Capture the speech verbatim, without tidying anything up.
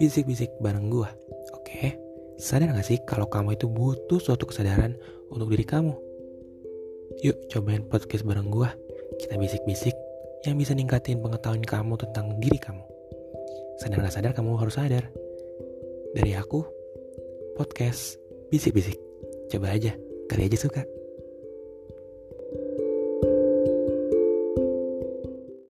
bisik-bisik bareng gua. Oke, sadar gak sih kalau kamu itu butuh suatu kesadaran untuk diri kamu? Yuk cobain podcast bareng gua. Kita bisik-bisik yang bisa ningkatin pengetahuan kamu tentang diri kamu. Sadar gak sadar kamu harus sadar. Dari aku, podcast bisik-bisik. Coba aja, kali aja suka.